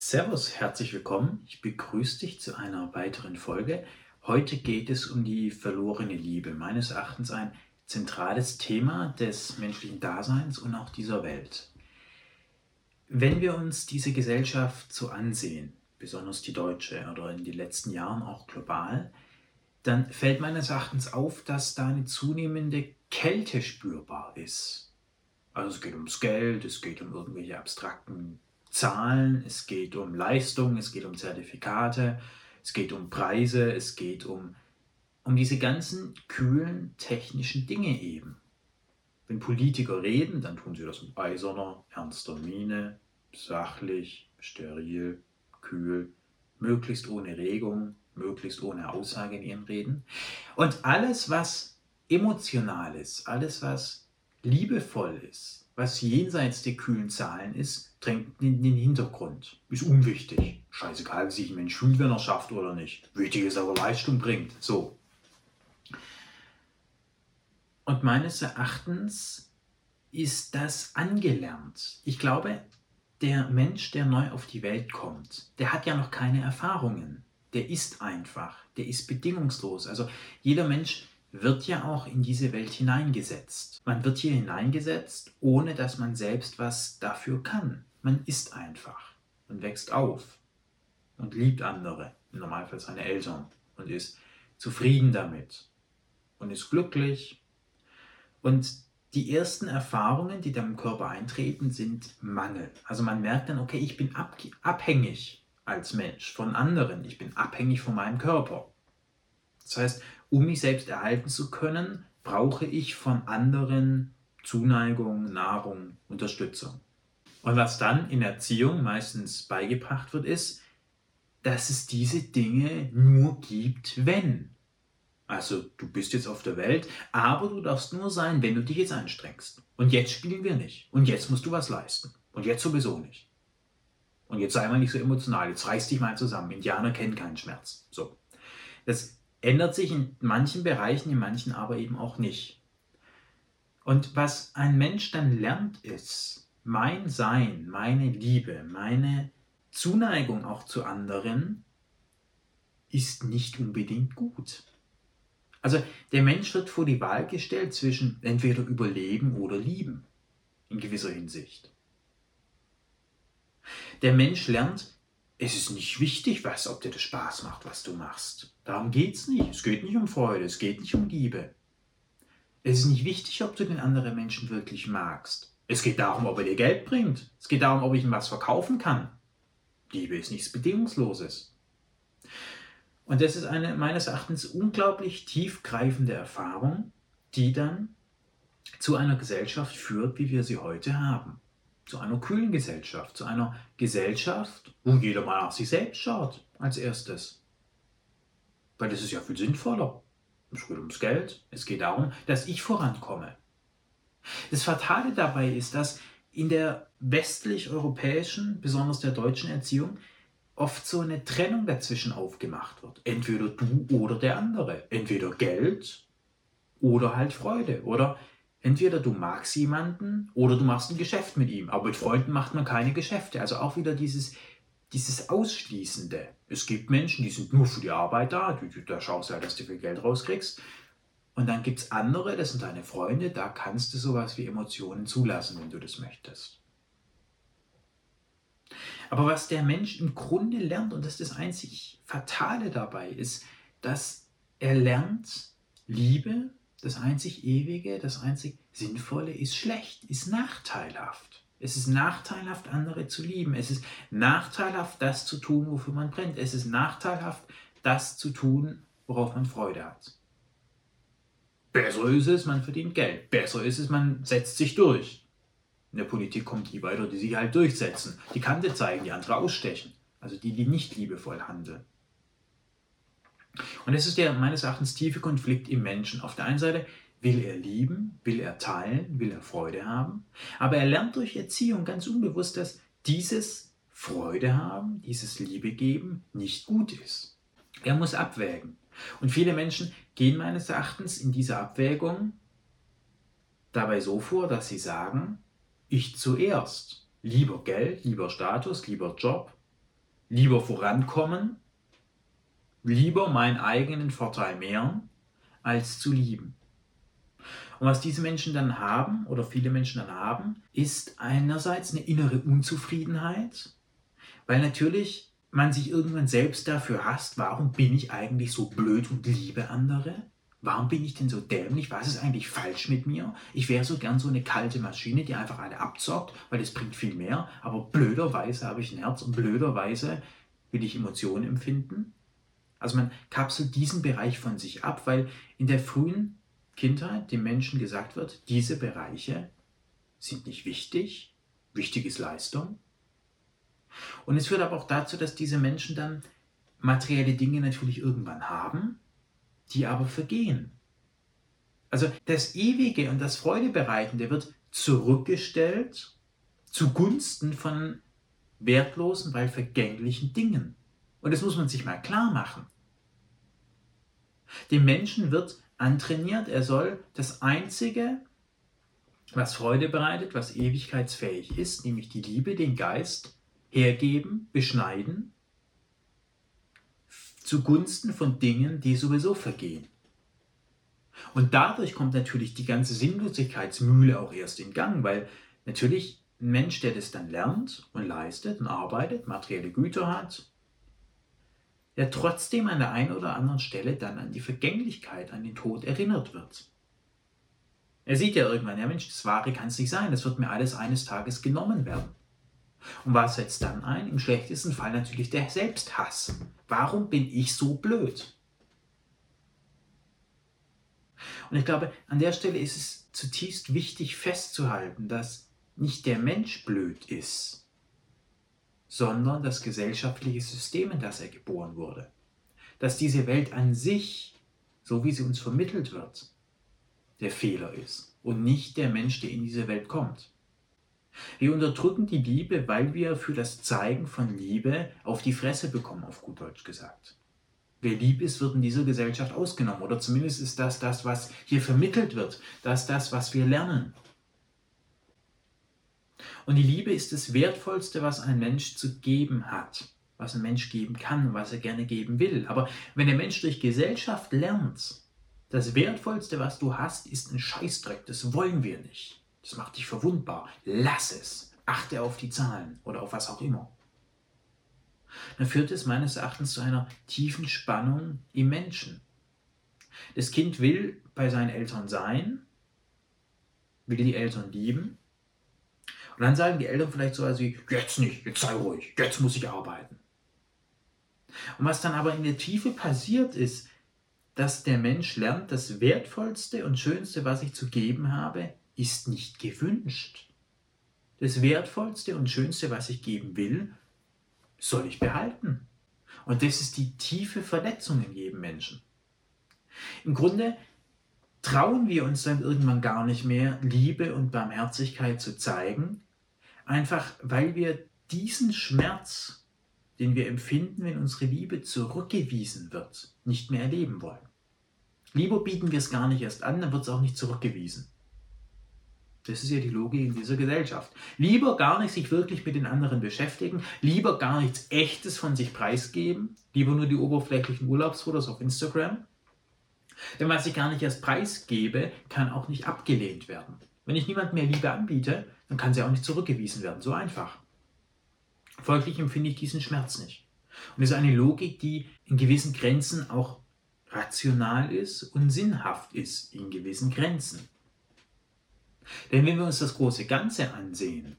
Servus, herzlich willkommen. Ich begrüße dich zu einer weiteren Folge. Heute geht es um die verlorene Liebe. Meines Erachtens ein zentrales Thema des menschlichen Daseins und auch dieser Welt. Wenn wir uns diese Gesellschaft so ansehen, besonders die deutsche oder in den letzten Jahren auch global, dann fällt meines Erachtens auf, dass da eine zunehmende Kälte spürbar ist. Also es geht ums Geld, es geht um irgendwelche abstrakten Zahlen, es geht um Leistung, es geht um Zertifikate, es geht um Preise, es geht um diese ganzen kühlen technischen Dinge eben. Wenn Politiker reden, dann tun sie das mit eiserner, ernster Miene, sachlich, steril, kühl, möglichst ohne Regung, möglichst ohne Aussage in ihren Reden. Und alles, was emotional ist, alles, was liebevoll ist, was jenseits der kühlen Zahlen ist, drängt in den Hintergrund. Ist unwichtig. Scheißegal, wie sich ein Mensch fühlt, wenn er schafft oder nicht. Wichtig ist, dass er Leistung bringt. So. Und meines Erachtens ist das angelernt. Ich glaube, der Mensch, der neu auf die Welt kommt, der hat ja noch keine Erfahrungen. Der ist einfach, der ist bedingungslos. Also jeder Mensch wird ja auch in diese Welt hineingesetzt. Man wird hier hineingesetzt, ohne dass man selbst was dafür kann. Man ist einfach und wächst auf und liebt andere, im Normalfall seine Eltern, und ist zufrieden damit und ist glücklich. Und die ersten Erfahrungen, die dann im Körper eintreten, sind Mangel. Also man merkt dann, okay, ich bin abhängig als Mensch von anderen. Ich bin abhängig von meinem Körper. Das heißt, um mich selbst erhalten zu können, brauche ich von anderen Zuneigung, Nahrung, Unterstützung. Und was dann in Erziehung meistens beigebracht wird, ist, dass es diese Dinge nur gibt, wenn. Also du bist jetzt auf der Welt, aber du darfst nur sein, wenn du dich jetzt anstrengst. Und jetzt spielen wir nicht. Und jetzt musst du was leisten. Und jetzt sowieso nicht. Und jetzt sei mal nicht so emotional. Jetzt reiß dich mal zusammen. Indianer kennen keinen Schmerz. So. Das ändert sich in manchen Bereichen, in manchen aber eben auch nicht. Und was ein Mensch dann lernt, ist, mein Sein, meine Liebe, meine Zuneigung auch zu anderen ist nicht unbedingt gut. Also der Mensch wird vor die Wahl gestellt zwischen entweder überleben oder lieben, in gewisser Hinsicht. Der Mensch lernt, es ist nicht wichtig, ob dir das Spaß macht, was du machst. Darum geht es nicht. Es geht nicht um Freude, es geht nicht um Liebe. Es ist nicht wichtig, ob du den anderen Menschen wirklich magst. Es geht darum, ob er dir Geld bringt. Es geht darum, ob ich ihm was verkaufen kann. Liebe ist nichts Bedingungsloses. Und das ist eine meines Erachtens unglaublich tiefgreifende Erfahrung, die dann zu einer Gesellschaft führt, wie wir sie heute haben. Zu einer kühlen Gesellschaft, zu einer Gesellschaft, wo jeder mal nach sich selbst schaut als erstes. Weil das ist ja viel sinnvoller. Es geht ums Geld, es geht darum, dass ich vorankomme. Das Fatale dabei ist, dass in der westlich-europäischen, besonders der deutschen Erziehung, oft so eine Trennung dazwischen aufgemacht wird. Entweder du oder der andere. Entweder Geld oder halt Freude. Oder entweder du magst jemanden oder du machst ein Geschäft mit ihm. Aber mit Freunden macht man keine Geschäfte. Also auch wieder dieses Ausschließende. Es gibt Menschen, die sind nur für die Arbeit da. Da schaust du halt, dass du viel Geld rauskriegst. Und dann gibt es andere, das sind deine Freunde. Da kannst du sowas wie Emotionen zulassen, wenn du das möchtest. Aber was der Mensch im Grunde lernt, und das ist das einzig Fatale dabei, ist, dass er lernt, Liebe, das einzig Ewige, das einzig Sinnvolle, ist schlecht, ist nachteilhaft. Es ist nachteilhaft, andere zu lieben. Es ist nachteilhaft, das zu tun, wofür man brennt. Es ist nachteilhaft, das zu tun, worauf man Freude hat. Besser ist es, man verdient Geld. Besser ist es, man setzt sich durch. In der Politik kommen die weiter, die sich halt durchsetzen, die Kante zeigen, die andere ausstechen. Also die nicht liebevoll handeln. Und das ist der meines Erachtens tiefe Konflikt im Menschen. Auf der einen Seite will er lieben, will er teilen, will er Freude haben. Aber er lernt durch Erziehung ganz unbewusst, dass dieses Freude haben, dieses Liebe geben nicht gut ist. Er muss abwägen. Und viele Menschen gehen meines Erachtens in dieser Abwägung dabei so vor, dass sie sagen, ich zuerst. Lieber Geld, lieber Status, lieber Job, lieber vorankommen, lieber meinen eigenen Vorteil mehren, als zu lieben. Und was diese Menschen dann haben, oder viele Menschen dann haben, ist einerseits eine innere Unzufriedenheit, weil natürlich man sich irgendwann selbst dafür hasst, warum bin ich eigentlich so blöd und liebe andere? Warum bin ich denn so dämlich? Was ist eigentlich falsch mit mir? Ich wäre so gern so eine kalte Maschine, die einfach alle abzockt, weil das bringt viel mehr. Aber blöderweise habe ich ein Herz und blöderweise will ich Emotionen empfinden. Also man kapselt diesen Bereich von sich ab, weil in der frühen Kindheit dem Menschen gesagt wird, diese Bereiche sind nicht wichtig, wichtig ist Leistung. Und es führt aber auch dazu, dass diese Menschen dann materielle Dinge natürlich irgendwann haben, die aber vergehen. Also das Ewige und das Freudebereitende wird zurückgestellt zugunsten von wertlosen, weil vergänglichen Dingen. Und das muss man sich mal klar machen. Dem Menschen wird antrainiert, er soll das Einzige, was Freude bereitet, was ewigkeitsfähig ist, nämlich die Liebe, den Geist, hergeben, beschneiden, zugunsten von Dingen, die sowieso vergehen. Und dadurch kommt natürlich die ganze Sinnlosigkeitsmühle auch erst in Gang, weil natürlich ein Mensch, der das dann lernt und leistet und arbeitet, materielle Güter hat, der trotzdem an der einen oder anderen Stelle dann an die Vergänglichkeit, an den Tod erinnert wird. Er sieht ja irgendwann, ja Mensch, das Wahre kann es nicht sein, das wird mir alles eines Tages genommen werden. Und was setzt dann ein? Im schlechtesten Fall natürlich der Selbsthass. Warum bin ich so blöd? Und ich glaube, an der Stelle ist es zutiefst wichtig festzuhalten, dass nicht der Mensch blöd ist, sondern das gesellschaftliche System, in das er geboren wurde. Dass diese Welt an sich, so wie sie uns vermittelt wird, der Fehler ist und nicht der Mensch, der in diese Welt kommt. Wir unterdrücken die Liebe, weil wir für das Zeigen von Liebe auf die Fresse bekommen, auf gut Deutsch gesagt. Wer lieb ist, wird in dieser Gesellschaft ausgenommen. Oder zumindest ist das, was hier vermittelt wird. Das, was wir lernen. Und die Liebe ist das Wertvollste, was ein Mensch zu geben hat. Was ein Mensch geben kann, was er gerne geben will. Aber wenn der Mensch durch Gesellschaft lernt, das Wertvollste, was du hast, ist ein Scheißdreck. Das wollen wir nicht. Das macht dich verwundbar. Lass es. Achte auf die Zahlen oder auf was auch immer. Dann führt es meines Erachtens zu einer tiefen Spannung im Menschen. Das Kind will bei seinen Eltern sein, will die Eltern lieben. Und dann sagen die Eltern vielleicht so etwas wie, jetzt nicht, jetzt sei ruhig, jetzt muss ich arbeiten. Und was dann aber in der Tiefe passiert ist, dass der Mensch lernt, das Wertvollste und Schönste, was ich zu geben habe, ist nicht gewünscht. Das Wertvollste und Schönste, was ich geben will, soll ich behalten. Und das ist die tiefe Verletzung in jedem Menschen. Im Grunde trauen wir uns dann irgendwann gar nicht mehr, Liebe und Barmherzigkeit zu zeigen, einfach weil wir diesen Schmerz, den wir empfinden, wenn unsere Liebe zurückgewiesen wird, nicht mehr erleben wollen. Lieber bieten wir es gar nicht erst an, dann wird es auch nicht zurückgewiesen. Das ist ja die Logik in dieser Gesellschaft. Lieber gar nicht sich wirklich mit den anderen beschäftigen, lieber gar nichts Echtes von sich preisgeben, lieber nur die oberflächlichen Urlaubsfotos auf Instagram. Denn was ich gar nicht erst preisgebe, kann auch nicht abgelehnt werden. Wenn ich niemand mehr Liebe anbiete, dann kann sie auch nicht zurückgewiesen werden. So einfach. Folglich empfinde ich diesen Schmerz nicht. Und es ist eine Logik, die in gewissen Grenzen auch rational ist und sinnhaft ist in gewissen Grenzen. Denn wenn wir uns das große Ganze ansehen,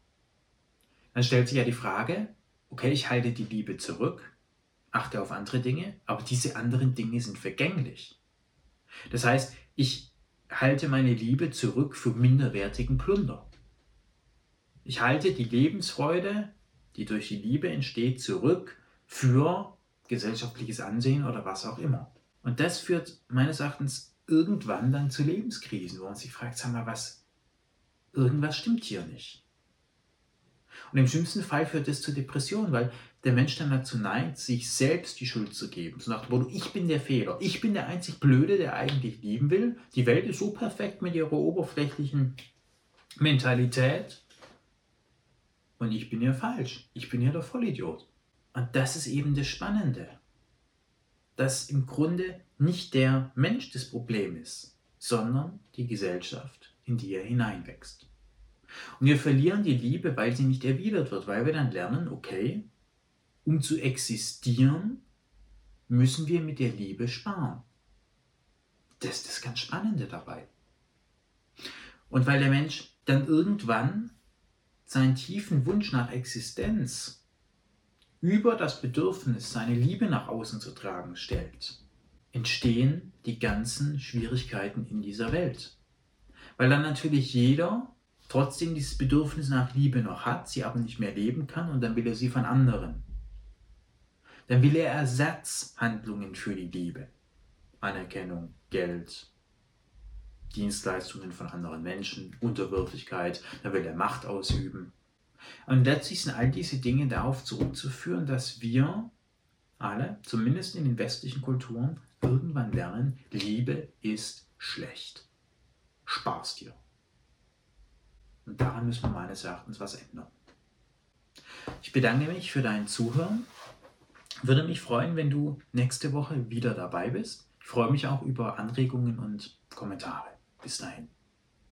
dann stellt sich ja die Frage, okay, ich halte die Liebe zurück, achte auf andere Dinge, aber diese anderen Dinge sind vergänglich. Das heißt, ich halte meine Liebe zurück für minderwertigen Plunder. Ich halte die Lebensfreude, die durch die Liebe entsteht, zurück für gesellschaftliches Ansehen oder was auch immer. Und das führt meines Erachtens irgendwann dann zu Lebenskrisen, wo man sich fragt, sag mal, irgendwas stimmt hier nicht. Und im schlimmsten Fall führt das zu Depressionen, weil der Mensch dann dazu neigt, sich selbst die Schuld zu geben. So nach dem Motto, ich bin der Fehler, ich bin der einzig Blöde, der eigentlich lieben will. Die Welt ist so perfekt mit ihrer oberflächlichen Mentalität und ich bin ja falsch, ich bin ja der Vollidiot. Und das ist eben das Spannende, dass im Grunde nicht der Mensch das Problem ist, sondern die Gesellschaft, in die er hineinwächst. Und wir verlieren die Liebe, weil sie nicht erwidert wird, weil wir dann lernen, okay, um zu existieren, müssen wir mit der Liebe sparen. Das ist das ganz Spannende dabei. Und weil der Mensch dann irgendwann seinen tiefen Wunsch nach Existenz über das Bedürfnis, seine Liebe nach außen zu tragen, stellt, entstehen die ganzen Schwierigkeiten in dieser Welt. Weil dann natürlich jeder trotzdem dieses Bedürfnis nach Liebe noch hat, sie aber nicht mehr leben kann und dann will er sie von anderen. Dann will er Ersatzhandlungen für die Liebe. Anerkennung, Geld, Dienstleistungen von anderen Menschen, Unterwürfigkeit, dann will er Macht ausüben. Und letztlich sind all diese Dinge darauf zurückzuführen, dass wir alle, zumindest in den westlichen Kulturen, irgendwann lernen, Liebe ist schlecht. Spar's dir. Und daran müssen wir meines Erachtens was ändern. Ich bedanke mich für dein Zuhören. Würde mich freuen, wenn du nächste Woche wieder dabei bist. Ich freue mich auch über Anregungen und Kommentare. Bis dahin.